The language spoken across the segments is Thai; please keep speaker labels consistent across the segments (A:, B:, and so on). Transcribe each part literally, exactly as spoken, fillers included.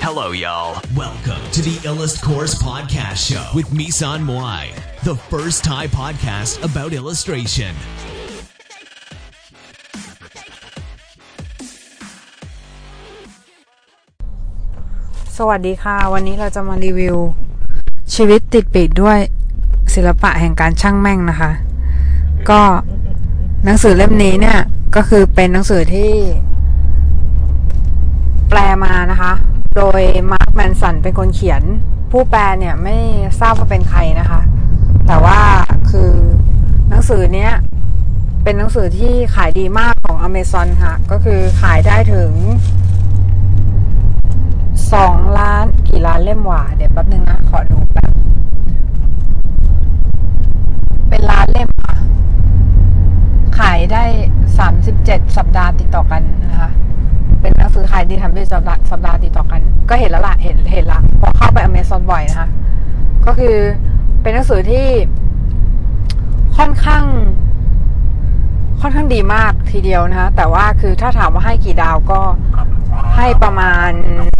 A: Hello, y'all.
B: Welcome to the Illust Course Podcast Show with Misan Moai, the first Thai podcast about illustration.
C: สวัสดีค่ะวันนี้เราจะมารีวิวชีวิตติดปีกด้วยศิลปะแห่งการช่างแม่งนะคะก็หนังสือเล่มนี้เนี่ยก็คือเป็นหนังสือที่แปลมานะคะโดยมาร์คแมนสันเป็นคนเขียนผู้แปลเนี่ยไม่ทราบว่าเป็นใครนะคะแต่ว่าคือหนังสือเนี้ยเป็นหนังสือที่ขายดีมากของ Amazon ค่ะก็คือขายได้ถึงสองล้านกี่ล้านเล่มหว่าเดี๋ยวแป๊บนึงนะขอดูแบบเป็นล้านเล่มค่ะขายได้สามสิบเจ็ดสัปดาห์ติดต่อกันนะคะเป็นหนังสือขายดีทำได้สัปดาห์สัปดาห์ติดต่อกันก็เห็นแล้วล่ะเห็นเห็นละพอเข้าไป Amazon บ่อยนะคะก็คือเป็นหนังสือที่ค่อนข้างค่อนข้างดีมากทีเดียวนะคะแต่ว่าคือถ้าถามว่าให้กี่ดาวก็ให้ประมาณ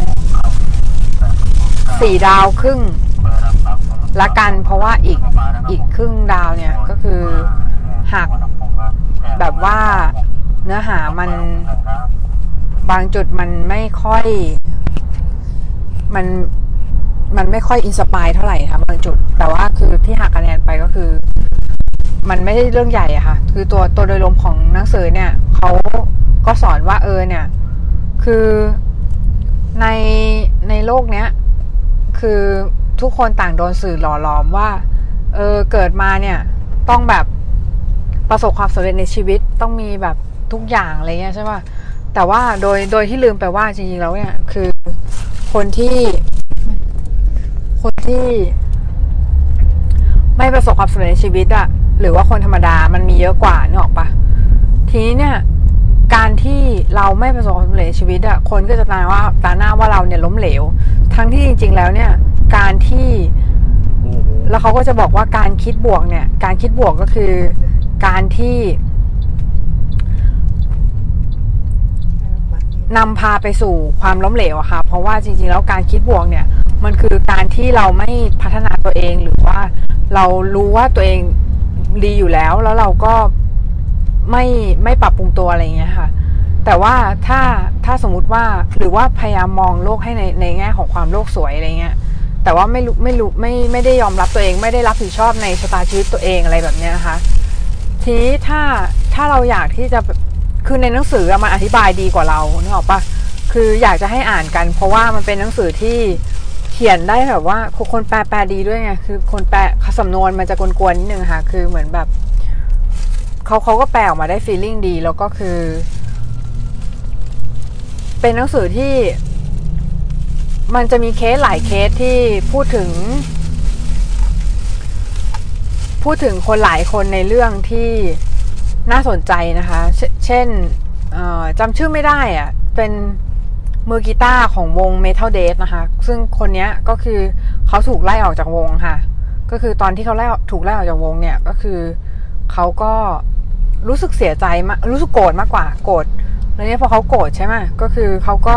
C: สี่ดาวครึ่งละกันเพราะว่าอีกอีกครึ่งดาวเนี่ยก็คือหักแบบว่าเนื้อหามันบางจุดมันไม่ค่อยมันมันไม่ค่อยอินสปายเท่าไหร่ค่ะบางจุดแต่ว่าคือที่หักคะแนนไปก็คือมันไม่ได้เรื่องใหญ่อะค่ะคือตัวตัวโดยรวมของหนังสือเนี่ยเขาก็สอนว่าเออเนี่ยคือในในโลกเนี้ยคือทุกคนต่างโดนสื่อหล่อหลอมว่าเออเกิดมาเนี่ยต้องแบบประสบความสำเร็จในชีวิตต้องมีแบบทุกอย่างอะไรเงี้ยใช่ป่ะแต่ว่าโดยโดยที่ลืมไปว่าจริงๆแล้วเนี่ยคือคนที่คนที่ไม่ประสบความสำเร็จในชีวิตอะหรือว่าคนธรรมดามันมีเยอะกว่านึกออกปะทีนี้เนี่ยการที่เราไม่ประสบความสำเร็จในชีวิตอะคนก็จะตาว่าตาหน้าว่าเราเนี่ยล้มเหลวทั้งที่จริงๆแล้วเนี่ยการที่แล้วเขาก็จะบอกว่าการคิดบวกเนี่ยการคิดบวกก็คือการที่นำพาไปสู่ความล้มเหลวอะค่ะเพราะว่าจริงๆแล้วการคิดบวกเนี่ยมันคือการที่เราไม่พัฒนาตัวเองหรือว่าเรารู้ว่าตัวเองดีอยู่แล้วแล้วเราก็ไม่ไม่ปรับปรุงตัวอะไรอย่างเงี้ยค่ะแต่ว่าถ้าถ้าสมมุติว่าหรือว่าพยายามมองโลกให้ในในแง่ของความโลกสวยอะไรเงี้ยแต่ว่าไม่รู้ไม่รู้ไม่ไม่ได้ยอมรับตัวเองไม่ได้รับผิดชอบในชะตาชีวิตตัวเองอะไรแบบเนี้ยนะคะทีนี้ถ้าถ้าเราอยากที่จะคือในหนังสือมันอธิบายดีกว่าเรานึกออกปะคืออยากจะให้อ่านกันเพราะว่ามันเป็นหนังสือที่เขียนได้แบบว่าคนแปลแปลดีด้วยไงคือคนแปลสำนวนมันจะกวนๆนิดนึงค่ะคือเหมือนแบบเขาเขาก็แปลออกมาได้ฟีลลิ่งดีแล้วก็คือเป็นหนังสือที่มันจะมีเคสหลายเคสที่พูดถึงพูดถึงคนหลายคนในเรื่องที่น่าสนใจนะคะเชเช่นจำชื่อไม่ได้อ่ะเป็นมือกีตาร์ของวง Metal Death นะคะซึ่งคนนี้ก็คือเขาถูกไล่ออกจากวงค่ะก็คือตอนที่เขาไล่ถูกไล่ออกจากวงเนี่ยก็คือเขาก็รู้สึกเสียใจมากรู้สึกโกรธมากกว่าโกรธแล้วเนี่ยพอเขาโกรธใช่ไหมก็คือเขาก็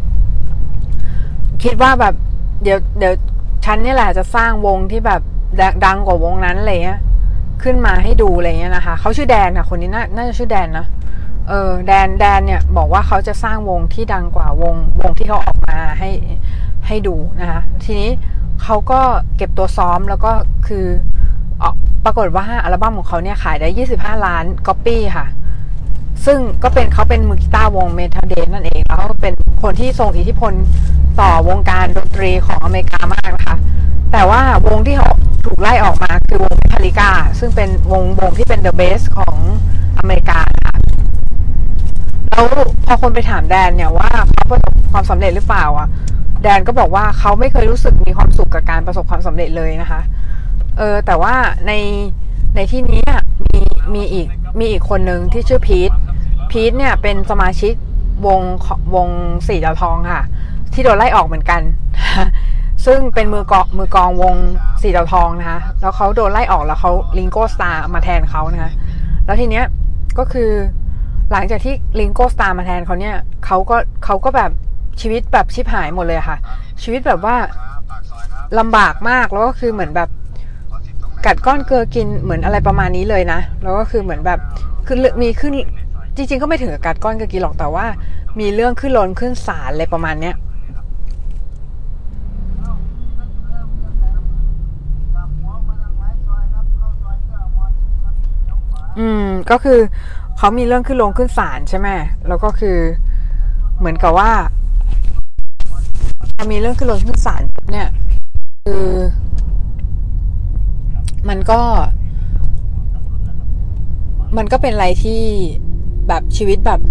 C: คิดว่าแบบเดี๋ยวเดี๋ยวฉันนี่แหละจะสร้างวงที่แบบดังกว่าวงนั้นอะไรเงี้ยขึ้นมาให้ดูอะไรเงี้ยนะคะเขาชื่อแดนค่ะคนนี้น่าน่าจะชื่อแดนนะเออแดนแดนเนี่ยบอกว่าเขาจะสร้างวงที่ดังกว่าวงวงที่เขาออกมาให้ให้ดูนะคะทีนี้เขาก็เก็บตัวซ้อมแล้วก็คือปรากฏว่าอัลบั้มของเขาเนี่ยขายได้ยี่สิบห้าล้านก๊อปปี้ค่ะซึ่งก็เป็นเขาเป็นมือกีตาร์วง Metal Death นั่นเองแล้วเป็นคนที่ทรงอิทธิพลต่อวงการดนตรีของอเมริกามากนะคะแต่ว่าวงที่เขาถูกไล่ออกมาคือวง Metallica ซึ่งเป็นวงวงที่เป็น The Best ของอเมริกาค่ะแล้วพอคนไปถามแดนเนี่ยว่าเขาประสบความสำเร็จหรือเปล่าอ่ะแดนก็บอกว่าเขาไม่เคยรู้สึกมีความสุขกับการประสบความสำเร็จเลยนะคะเออแต่ว่าในในที่นี้มีมีอีกมีอีกคนนึงที่ชื่อพีทพีทเนี่ยเป็นสมาชิกวงวงสี่ดาวทองค่ะที่โดนไล่ออกเหมือนกันซึ่งเป็นมือกองมือกองวงสี่ดาวทองนะคะแล้วเขาโดนไล่ออกแล้วเขาลิงโก้สตาร์มาแทนเขานะคะแล้วทีเนี้ยก็คือหลังจากที่ลิงโก้สตาร์มาแทนเขาเนี่ยเขาก็เขาก็แบบชีวิตแบบชิบหายหมดเลยค่ะชีวิตแบบว่าลำบากมากแล้วก็คือเหมือนแบบกัดก้อนเกลือกินเหมือนอะไรประมาณนี้เลยนะแล้วก็คือเหมือนแบบคือมีขึ้นจริงๆก็ไม่ถึงกับกัดก้อนเกลือกินหรอกแต่ว่ามีเรื่องขึ้นลงขึ้นศาลอะไรประมาณเนี้ยอืมก็คือเขามีเรื่องขึ้นลงขึ้นศาลใช่ไหมแล้วก็คือเหมือนกับว่ามีเรื่องขึ้นลงขึ้นศาลเนี่ยคือมันก็มันก็เป็นอะไรที่แบบชีวิตแบบ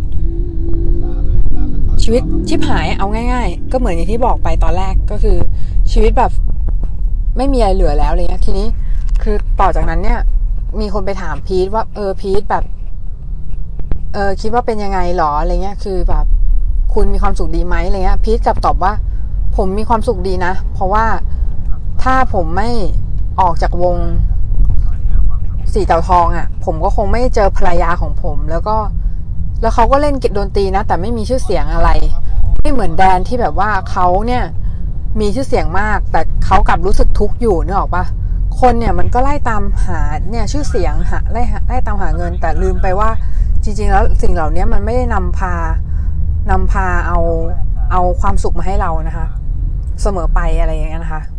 C: ชีวิตชิบหายเอาง่ายๆก็เหมือนอย่างที่บอกไปตอนแรกก็คือชีวิตแบบไม่มีอะไรเหลือแล้วอะไรเงี้ยทีนี้คือต่อจากนั้นเนี่ยมีคนไปถามพีทว่าเออพีทแบบเออคิดว่าเป็นยังไงหรออะไรเงี้ยคือแบบคุณมีความสุขดีไหมอะไรเงี้ยพีทกลับตอบว่าผมมีความสุขดีนะเพราะว่าถ้าผมไม่ออกจากวงสี่เต่าทองอ่ะผมก็คงไม่เจอภรรยาของผมแล้วก็แล้วเขาก็เล่นเกมดนตรีนะแต่ไม่มีชื่อเสียงอะไรไม่เหมือนแดนที่แบบว่าเขาเนี่ยมีชื่อเสียงมากแต่เขากลับรู้สึกทุกข์อยู่นึกออกปะคนเนี่ยมันก็ไล่ตามหาเนี่ยชื่อเสียงหาไล่ไล่ตามหาเงินแต่ลืมไปว่าจริงๆแล้วสิ่งเหล่านี้มันไม่ได้นำพานำพาเอาเอาความสุขมาให้เรานะคะเสมอไปอะไรอย่างเงี้ยนะคะ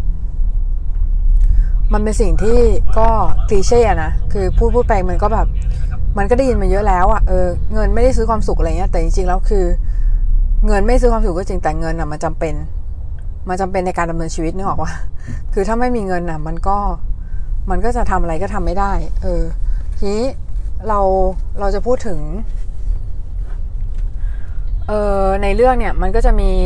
C: มันเป็นสิ่งที่ก็คลีเช่นะคือพูดพูดไปมันก็แบบมันก็ได้ยินมาเยอะแล้วอ่ะเออเงินไม่ได้ซื้อความสุขอะไรเงี้ยแต่จริงๆแล้วคือเงินไม่ซื้อความสุขก็จริงแต่เงินอ่ะมันจำเป็นมันจำเป็นในการดำเนินชีวิตนึกออกว่าคือถ้าไม่มีเงินอ่ะมันก็มันก็จะทำอะไรก็ทำไม่ได้เออทีนี้เราเราจะพูดถึงเออในเรื่องเนี่ยมันก็จะมี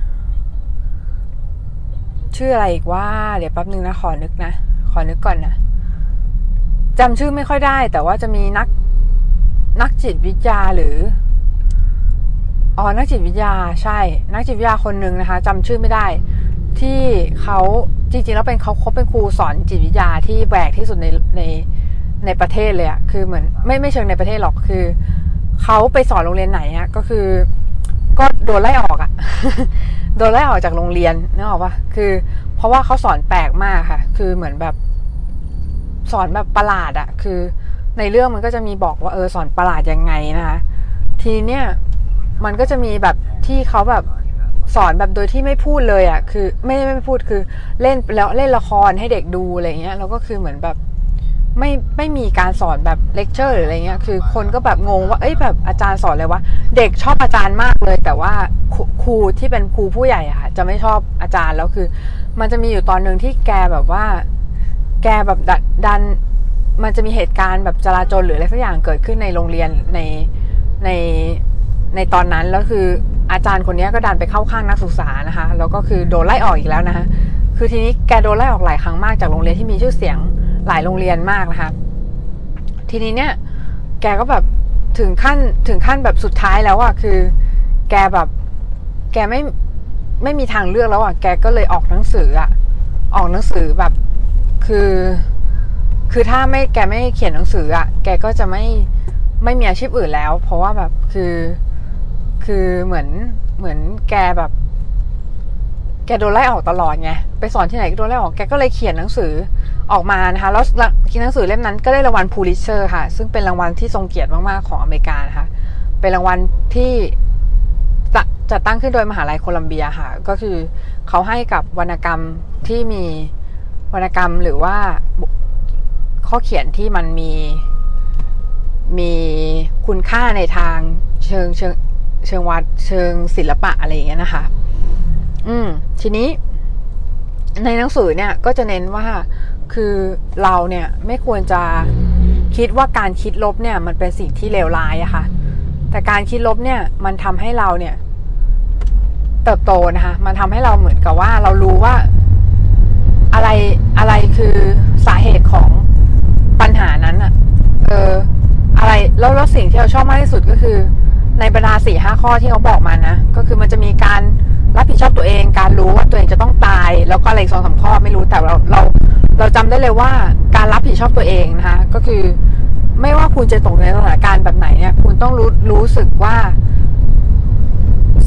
C: ชื่ออะไรอีกว่าเดี๋ยวแป๊บนึงนะขอนึกนะขอนึกก่อนนะจำชื่อไม่ค่อยได้แต่ว่าจะมีนักนักจิตวิทยาหรืออ๋อนักจิตวิทยาใช่นักจิตวิทยาคนหนึ่งนะคะจำชื่อไม่ได้ที่เขาจริงๆแล้วเป็นเขาเขาเป็นครูสอนจิตวิทยาที่แบกที่สุดในในในประเทศเลยอะคือเหมือนไม่ไม่เชิงในประเทศหรอกคือเขาไปสอนโรงเรียนไหนอะก็คือก็โดนไล่ออกอะ โดนไล่ออกจากโรงเรียนนึกออกปะคือเพราะว่าเขาสอนแปลกมากค่ะคือเหมือนแบบสอนแบบประหลาดอะคือในเรื่องมันก็จะมีบอกว่าเออสอนประหลาดยังไงนะคะทีเนี้ยมันก็จะมีแบบที่เขาแบบสอนแบบโดยที่ไม่พูดเลยอะคือไม่ไม่พูดคือเล่นแล้วเล่นละครให้เด็กดูอะไรเงี้ยแล้วก็คือเหมือนแบบไม่ไม่มีการสอนแบบเลคเชอร์หรืออะไรเงี้ยคือคนก็แบบงงว่าเอ้ยแบบอาจารย์สอนอะไรวะเด็กชอบอาจารย์มากเลยแต่ว่าครูที่เป็นครูผู้ใหญ่อะจะไม่ชอบอาจารย์แล้วคือมันจะมีอยู่ตอนนึงที่แกแบบว่าแกแบบดันมันจะมีเหตุการณ์แบบจลาจลหรืออะไรสักอย่างเกิดขึ้นในโรงเรียนในในในตอนนั้นแล้วคืออาจารย์คนนี้ก็ดันไปเข้าข้างนักศึกษานะคะแล้วก็คือโดนไล่ออกอีกแล้วนะคะคือทีนี้แกโดนไล่ออกหลายครั้งมากจากโรงเรียนที่มีชื่อเสียงหลายโรงเรียนมากนะคะทีนี้เนี่ยแกก็แบบถึงขั้นถึงขั้นแบบสุดท้ายแล้วอะคือแกแบบแกไม่ไม่มีทางเลือกแล้วอะแกก็เลยออกหนังสืออะออกหนังสือแบบคือคือถ้าไม่แกไม่เขียนหนังสืออะแกก็จะไม่ไม่มีอาชีพอื่นแล้วเพราะว่าแบบคือคือเหมือนเหมือนแกแบบแกโดนไล่ออกตลอดไงไปสอนที่ไหนก็โดนไล่ออกแกก็เลยเขียนหนังสือออกมานะคะแล้วหนังสือเล่มนั้นก็ได้รางวัลพูลิตเซอร์ค่ะซึ่งเป็นรางวัลที่ทรงเกียรติมากๆของอเมริกานะคะเป็นรางวัลที่จะจะตั้งขึ้นโดยมหาลัยโคลัมเบียค่ะก็คือเขาให้กับวรรณกรรมที่มีวรรณกรรมหรือว่าข้อเขียนที่มันมีมีคุณค่าในทางเชิงเชิงเชิงวัดเชิงศิลปะอะไรอย่างเงี้ยนะคะอืมทีนี้ในหนังสือเนี่ยก็จะเน้นว่าคือเราเนี่ยไม่ควรจะคิดว่าการคิดลบเนี่ยมันเป็นสิ่งที่เลวร้ายอะค่ะแต่การคิดลบเนี่ยมันทำให้เราเนี่ยเติบโตนะคะมันทำให้เราเหมือนกับว่าเรารู้ว่าอะไรอะไรคือสาเหตุของปัญหานั้นอะเอออะไรแล้วแล้วสิ่งที่เราชอบมากที่สุดก็คือในบรรดาสี่ห้าข้อที่เขาบอกมานะก็คือมันจะมีการรับผิดชอบตัวเองการรู้ว่าตัวเองจะต้องตายแล้วก็อะไรสองสามข้อไม่รู้แต่เราเราเราจำได้เลยว่าการรับผิดชอบตัวเองนะคะก็คือไม่ว่าคุณจะตกในสถานการณ์แบบไหนเนี่ยคุณต้องรู้รู้สึกว่าส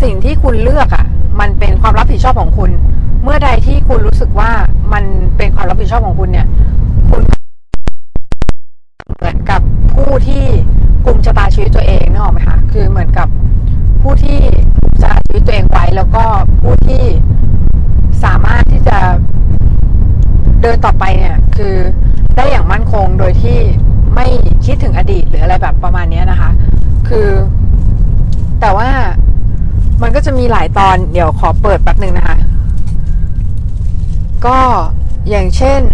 C: สิ่งที่คุณเลือกอ่ะมันเป็นความรับผิดชอบของคุณเมื่อใดที่คุณรู้สึกว่ามันเป็นความรับผิดชอบของคุณเนี่ยคุณเหมือนกับผู้ที่กุมชะตาชีวิตตัวเองนึกออกไหมคะคือเหมือนกับผู้ที่กุมชะตาชีวิตตัวเองไว้แล้วก็ผู้ที่สามารถที่จะเดินต่อไปเนี่ยคือได้อย่างมั่นคงโดยที่ไม่คิดถึงอดีตหรืออะไรแบบประมาณนี้นะคะคือแต่ว่ามันก็จะมีหลายตอนเดี๋ยวขอเปิดแป๊บนึงนะคะก็อย่างเช่น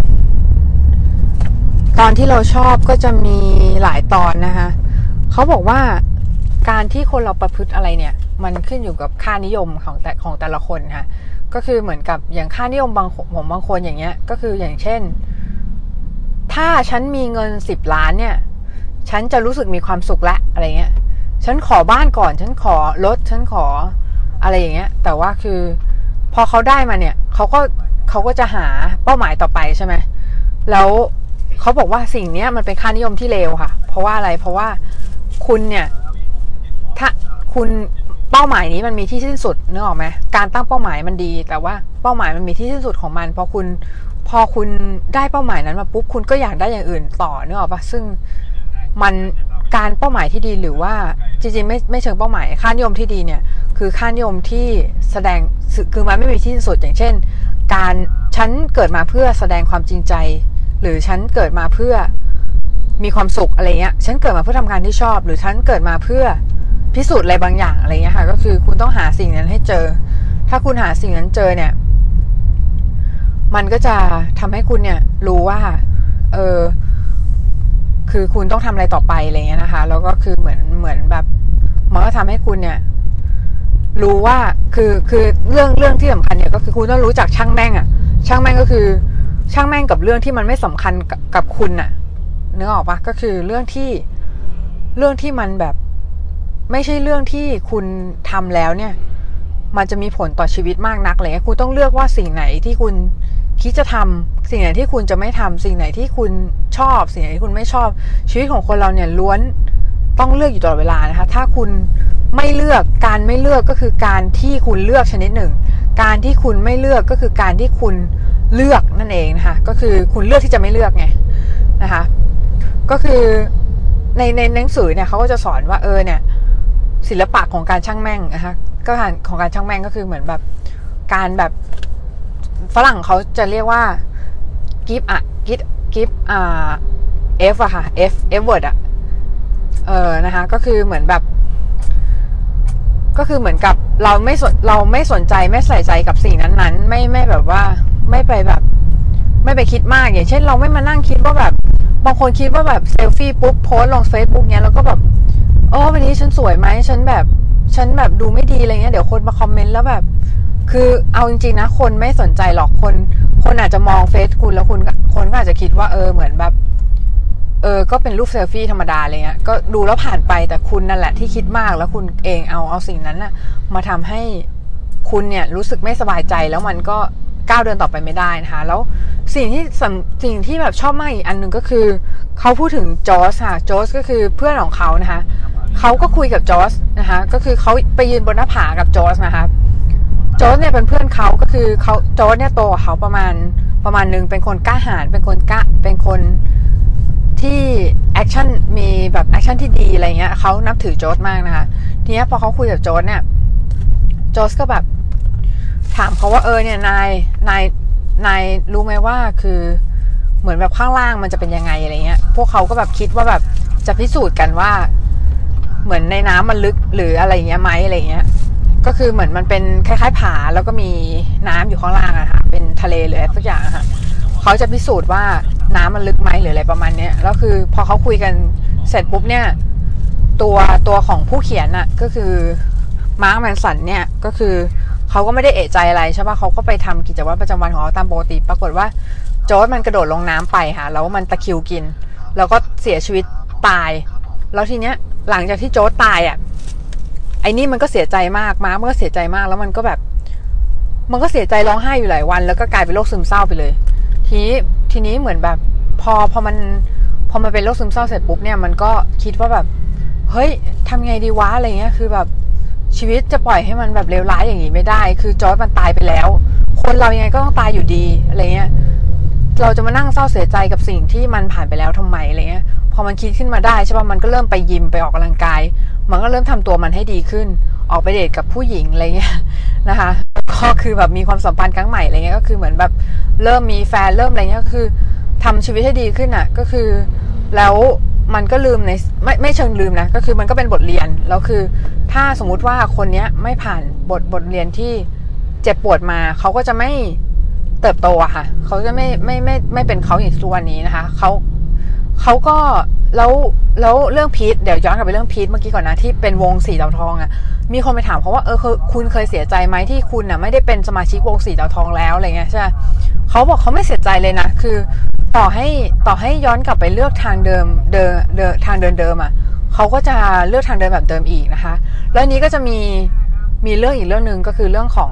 C: ตอนที่เราชอบก็จะมีหลายตอนนะคะเขาบอกว่าการที่คนเราประพฤติอะไรเนี่ยมันขึ้นอยู่กับค่านิยมของแต่ของแต่ละคนค่ะก็คือเหมือนกับอย่างค่านิยมบางผมบางคนอย่างเงี้ยก็คืออย่างเช่นถ้าฉันมีเงินสิบล้านเนี่ยฉันจะรู้สึกมีความสุขละอะไรเงี้ยฉันขอบ้านก่อนฉันขอรถฉันขออะไรอย่างเงี้ยแต่ว่าคือพอเขาได้มาเนี่ยเขาก็เขาก็จะหาเป้าหมายต่อไปใช่ไหมแล้วเขาบอกว่าสิ่งนี้มันเป็นค่านิยมที่เลวค่ะเพราะว่าอะไรเพราะว่าคุณเนี่ยถ้าคุณเป้าหมายนี้มันมีที่สิ้นสุดนึกออกไหมการตั้งเป้าหมายมันดีแต่ว่าเป้าหมายมันมีที่สิ้นสุดของมันพอคุณพอคุณได้เป้าหมายนั้นมาปุ๊บคุณก็อยากได้อย่างอื่นต่อนึกออกปะซึ่งมันการเป้าหมายที่ดีหรือว่าจริงๆไม่ไม่เชิงเป้าหมายค่านิยมที่ดีเนี่ยคือค่านิยมที่แสดงคือมันไม่มีที่สิ้นสุดอย่างเช่นการฉันเกิดมาเพื่อแสดงความจริงใจหรือฉันเกิดมาเพื่อมีความสุขอะไรเงี้ยฉันเกิดมาเพื่อทำงานที่ชอบหรือฉันเกิดมาเพื่อพิสูจน์อะไรบางอย่างอะไรเงี้ยค่ะก็คือคุณต้องหาสิ่งนั้นให้เจอถ้าคุณหาสิ่งนั้นเจอเนี่ยมันก็จะทำให้คุณเนี่ยรู้ว่าเออคือคุณต้องทำอะไรต่อไปอะไรเงี้ยนะคะแล้วก็คือเหมือนเหมือนแบบมันก็ทำให้คุณเนี่ยรู้ว่าคือคือเรื่องเรื่องที่สำคัญเนี่ยก็คือคุณต้องรู้จักช่างแม่งอะช่างแม่งก็คือช่างแม่งกับเรื่องที่มันไม่สำคัญกับกับคุณน่ะนึกออกปะก็คือเรื่องที่เรื่องที่มันแบบไม่ใช่เรื่องที่คุณทำแล้วเนี่ยมันจะมีผลต่อชีวิตมากนักเลยคุณต้องเลือกว่าสิ่งไหนที่คุณคิดจะทำสิ่งไหนที่คุณจะไม่ทำสิ่งไหนที่คุณชอบสิ่งไหนที่คุณไม่ชอบชีวิตของคนเราเนี่ยล้วนต้องเลือกอยู่ตลอดเวลานะคะถ้าคุณไม่เลือกการไม่เลือกก็คือการที่คุณเลือกชนิดหนึ่งการที่คุณไม่เลือกก็คือการที่คุณเลือกนั่นเองนะคะก็คือคุณเลือกที่จะไม่เลือกไงนะคะก็คือในในหนังสือเนี่ยเขาก็จะสอนว่าเออเนี่ยศิลปะของการช่างแม่งนะคะก็ของการช่างแม่งก็คือเหมือนแบบการแบบฝรั่งเขาจะเรียกว่า give อ่ะ give give อ่า f อะค่ะ f f word อะเออนะคะก็คือเหมือนแบบก็คือเหมือนกับเราไม่สนเราไม่สนใจไม่ใส่ใจกับสิ่งนั้นๆไม่ไม่แบบว่าไม่ไปแบบไม่ไปคิดมากอย่างเช่นเราไม่มานั่งคิดว่าแบบบางคนคิดว่าแบบเซลฟี่ปุ๊บโพสลง Facebook เนี้ยแล้วก็แบบโอ้วันนี้ฉันสวยไหมฉันแบบฉันแบบดูไม่ดีอะไรเงี้ยเดี๋ยวคนมาคอมเมนต์แล้วแบบคือเอาจริงๆนะคนไม่สนใจหรอกคนคนอาจจะมองเฟซคุณแล้วคุณคนก็อาจจะคิดว่าเออเหมือนแบบเออก็เป็นรูปเซลฟี่ธรรมดาอะไรเงี้ยก็ดูแล้วผ่านไปแต่คุณนั่นแหละที่คิดมากแล้วคุณเองเอาเอาสิ่งนั้นน่ะมาทำให้คุณเนี่ยรู้สึกไม่สบายใจแล้วมันก็ก้าวเดินต่อไปไม่ได้นะคะแล้วสิ่งที่สิ่งที่แบบชอบมากอีกอันนึงก็คือเขาพูดถึงจอร์จค่ะจอร์จก็คือเพื่อนของเขานะคะเขาก็คุยกับจอร์จนะคะก็คือเขาไปยืนบนหน้าผากับจอร์จนะคะจอร์จเนี่ยเป็นเพื่อนเขาก็คือเขาจอร์จเนี่ยโตกว่าเขาประมาณประมาณนึงเป็นคนกล้าหาญเป็นคนกล้าเป็นคนที่แอคชั่นมีแบบแอคชั่นที่ดีอะไรเงี้ยเขานับถือจอร์จมากนะคะทีนี้พอเขาคุยกับจอร์จเนี่ยจอร์จก็แบบถามเขาว่าเออเนี่ยนายนายนายรู้ไหมว่าคือเหมือนแบบข้างล่างมันจะเป็นยังไงอะไรเงี้ยพวกเขาก็แบบคิดว่าแบบจะพิสูจน์กันว่าเหมือนในน้ำมันลึกหรืออะไรเงี้ยไหมอะไรเงี้ยก็คือเหมือนมันเป็นคล้ายๆผาแล้วก็มีน้ำอยู่ข้างล่างอะค่ะเป็นทะเลหรืออะไรสักอย่างอะค่ะเขาจะพิสูจน์ว่าน้ำมันลึกไหมหรืออะไรประมาณเนี้ยแล้วคือพอเขาคุยกันเสร็จปุ๊บเนี่ยตัวตัวของผู้เขียนอะก็คือมาร์คแมนสันเนี่ยก็คือเขาก็ไม่ได้เอะใจอะไรใช่ป่ะเขาก็ไปทำกิจวัตรประจำวันของเขาตามปกติปรากฏว่าโจ๊ดมันกระโดดลงน้ำไปค่ะแล้วมันตะคริวกินแล้วก็เสียชีวิตตายแล้วทีเนี้ยหลังจากที่โจ๊ดตายอ่ะไอ้นี่มันก็เสียใจมากมาร์คมันก็เสียใจมากแล้วมันก็แบบมันก็เสียใจร้องไห้อยู่หลายวันแล้วก็กลายเป็นโรคซึมเศร้าไปเลยทีนี้ทีนี้เหมือนแบบพอพอมันพอมันเป็นโรคซึมเศร้าเสร็จปุ๊บเนี่ยมันก็คิดว่าแบบเฮ้ยทำไงดีวะอะไรเงี้ยคือแบบชีวิตจะปล่อยให้มันแบบเลวร้ายอย่างนี้ไม่ได้คือจอร์จมันตายไปแล้วคนเรายังไงก็ต้องตายอยู่ดีอะไรเงี้ยเราจะมานั่งเศร้าเสียใจกับสิ่งที่มันผ่านไปแล้วทำไมอะไรเงี้ยพอมันคิดขึ้นมาได้ใช่ป่ะมันก็เริ่มไปยิมไปออกกำลังกายมันก็เริ่มทำตัวมันให้ดีขึ้นออกไปเดทกับผู้หญิงอะไรเงี้ยนะคะก็คือแบบมีความสัมพันธ์ครั้งใหม่อะไรเงี้ยก็คือเหมือนแบบเริ่มมีแฟนเริ่มอะไรเงี้ยก็คือทำชีวิตให้ดีขึ้นอ่ะก็คือแล้วมันก็ลืมในไม่ไม่เชิงลืมนะก็คือมันก็เป็นบทเรียนแล้วคือถ้าสมมุติว่าคนเนี้ยไม่ผ่านบทบทเรียนที่เจ็บปวดมาเขาก็จะไม่เติบโตอะค่ะเขาจะไม่ไม่ไม่ไม่เป็นเขาอย่างทุกวันนี้นะคะเขาเขาก็แล้วแล้วเรื่องพีทเดี๋ยวย้อนกลับไปเรื่องพีทเมื่อกี้ก่อนนะที่เป็นวงสีดาวทองอะมีคนไปถามเขาว่าเออคุณเคยเสียใจไหมที่คุณอะไม่ได้เป็นสมาชิกวงสีดาวทองแล้วอะไรเงี้ยใช่เขาบอกเขาไม่เสียใจเลยนะคือต่อให้ต่อให้ย้อนกลับไปเลือกทางเดิมเดิมเดิมทางเดินเดิมอะเขาก็จะเลือกทางเดินแบบเดิมอีกนะคะแล้วนี้ก็จะมีมีเรื่องอีกเรื่องนึงก็คือเรื่องของ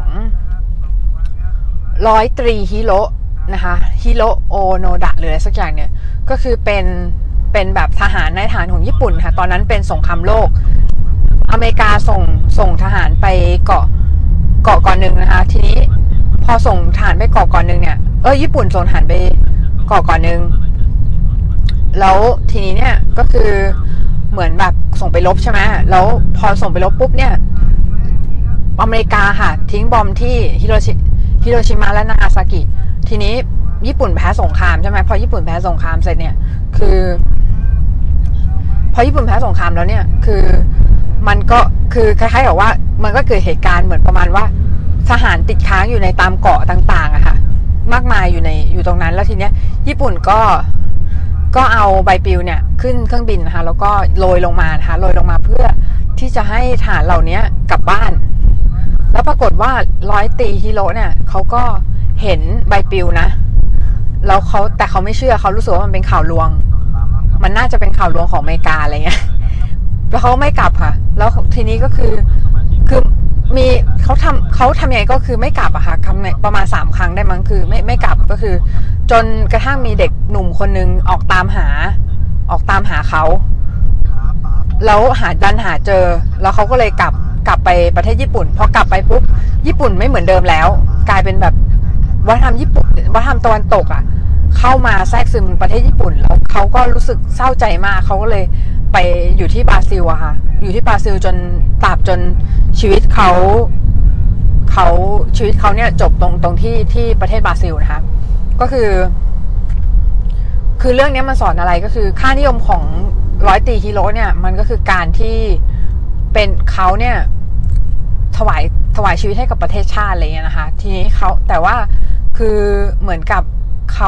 C: ร้อยตรีฮิโร่นะคะฮิโร่โอโนดะหรืออะไรสักอย่างเนี่ยก็คือเป็นเป็นแบบทหารในฐานของญี่ปุ่นค่ะตอนนั้นเป็นสงครามโลกอเมริกาส่งส่งทหารไปเกาะเกาะก่อนหนึ่งนะคะทีนี้พอส่งทหารไปเกาะก่อนหนึ่งเนี่ยเออญี่ปุ่นส่งทหารไปเกาะก่อนหนึ่งแล้วทีนี้เนี่ยก็คือเหมือนแบบส่งไปรบใช่ไหมแล้วพอส่งไปรบปุ๊บเนี่ยอเมริกาค่ะทิ้งบอมที่ฮิโรชิฮิโรชิมาและนางาซากิทีนี้ญี่ปุ่นแพ้สงครามใช่ไหมพอญี่ปุ่นแพ้สงครามเสร็จเนี่ยคือพอญี่ปุ่นแพ้สงครามแล้วเนี่ยคือมันก็คือคล้ายๆกับว่ามันก็เกิดเหตุการณ์เหมือนประมาณว่าทหารติดค้างอยู่ในตามเกาะต่างๆอะค่ะมากมายอยู่ในอยู่ตรงนั้นแล้วทีเนี้ยญี่ปุ่นก็ก็เอาใบปลิวเนี่ยขึ้นเครื่องบินนะคะแล้วก็โรยลงมานะคะโรยลงมาเพื่อที่จะให้ทหารเหล่านี้กลับบ้านแล้วปรากฏว่าร้อยตรีฮิโร่เนี่ยเขาก็เห็นใบปลิวนะแล้วเขาแต่เขาไม่เชื่อเขารู้สึกว่ามันเป็นข่าวลวงมันน่าจะเป็นข่าวลวงของอเมริกาอะไรเงี้ยแล้วเขาไม่กลับค่ะแล้วทีนี้ก็คือคือมีเขาทำเขาทำยังไงก็คือไม่กลับอะค่ะทำประมาณสามครั้งได้มั้งคือไม่ไม่กลับก็คือจนกระทั่งมีเด็กหนุ่มคนนึงออกตามหาออกตามหาเขาแล้วหาดันหาเจอแล้วเขาก็เลยกลับกลับไปประเทศญี่ปุ่นพอกลับไปปุ๊บญี่ปุ่นไม่เหมือนเดิมแล้วกลายเป็นแบบวัฒนธรรมญี่ปุ่นวัฒนธรรมตะวันตกอ่ะเข้ามาแทรกซึมประเทศญี่ปุ่นแล้วเขาก็รู้สึกเศร้าใจมากเขาก็เลยไปอยู่ที่บราซิลอะค่ะอยู่ที่บราซิลจนตราบจนชีวิตเขาเขาชีวิตเขาเนี่ยจบตรงตรงที่ที่ประเทศบราซิลนะคะก็คือคือเรื่องนี้มันสอนอะไรก็คือค่านิยมของร้อยตรีฮิโร่เนี่ยมันก็คือการที่เป็นเขาเนี่ยถวายถวายชีวิตให้กับประเทศชาติอะไรเงี้ยนะคะทีนี้เขาแต่ว่าคือเหมือนกับเขา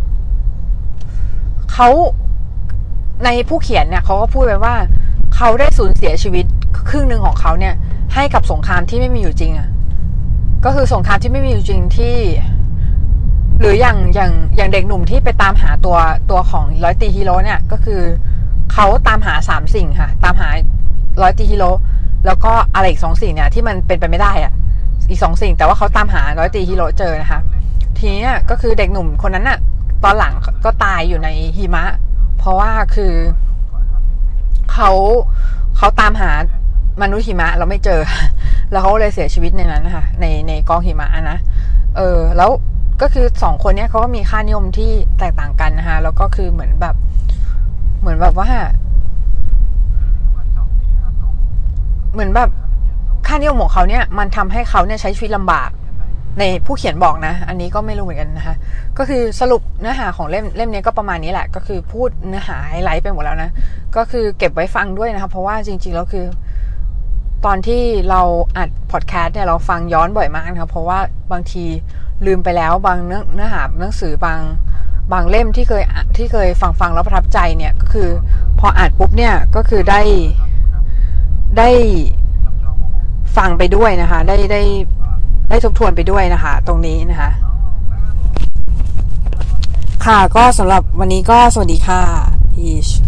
C: เขาในผู้เขียนเนี่ยเขาก็พูดไว้ว่าเขาได้สูญเสียชีวิตครึ่งหนึ่งของเขาเนี่ยให้กับสงครามที่ไม่มีอยู่จริงอ่ะก็คือสงครามที่ไม่มีอยู่จริงที่หรืออย่างอย่างอย่างเด็กหนุ่มที่ไปตามหาตัวตัวของร้อยตรีฮิโร่เนี่ยก็คือเขาตามหาสามสิ่งค่ะตามหาร้อยตรีฮิโร่แล้วก็อะไรอีกสองสิ่งเนี่ยที่มันเป็นไปไม่ได้อ่ะอีกสองสิ่งแต่ว่าเขาตามหาร้อยตรีฮิโร่เจอนะคะทีนี้ก็คือเด็กหนุ่มคนนั้นน่ะตอนหลังก็ตายอยู่ในหิมะเพราะว่าคือเขาเขาตามหามนุษย์หิมะเราไม่เจอแล้วเขาเลยเสียชีวิตในนั้นนะคะในในกองหิมะนะเออแล้วก็คือสองคนเนี้ยเขาก็มีค่านิยมที่แตกต่างกันนะคะแล้วก็คือเหมือนแบบเหมือนแบบว่าเหมือนแบบค่านิยมของเขาเนี่ยมันทำให้เขาเนี่ยใช้ชีวิตลำบากในผู้เขียนบอกนะอันนี้ก็ไม่รู้เหมือนกันนะคะก็คือสรุปเนื้อหาของเล่มเล่มนี้ก็ประมาณนี้แหละก็คือพูดเนื้อหาไฮไลท์ไปหมดแล้วนะก็คือเก็บไว้ฟังด้วยนะคะเพราะว่าจริงๆแล้วคือตอนที่เราอัดพอดแคสต์เนี่ยเราฟังย้อนบ่อยมากนะคะเพราะว่าบางทีลืมไปแล้วบางเนื้อเนื้อหาหนังสือบางบางเล่มที่เคยที่เคยฟังฟังแล้วประทับใจเนี่ยก็คือพออ่านปุ๊บเนี่ยก็คือได้ได้ฟังไปด้วยนะคะได้ได้ได้ทบทวนไปด้วยนะคะตรงนี้นะคะค่ะก็สำหรับวันนี้ก็สวัสดีค่ะพีช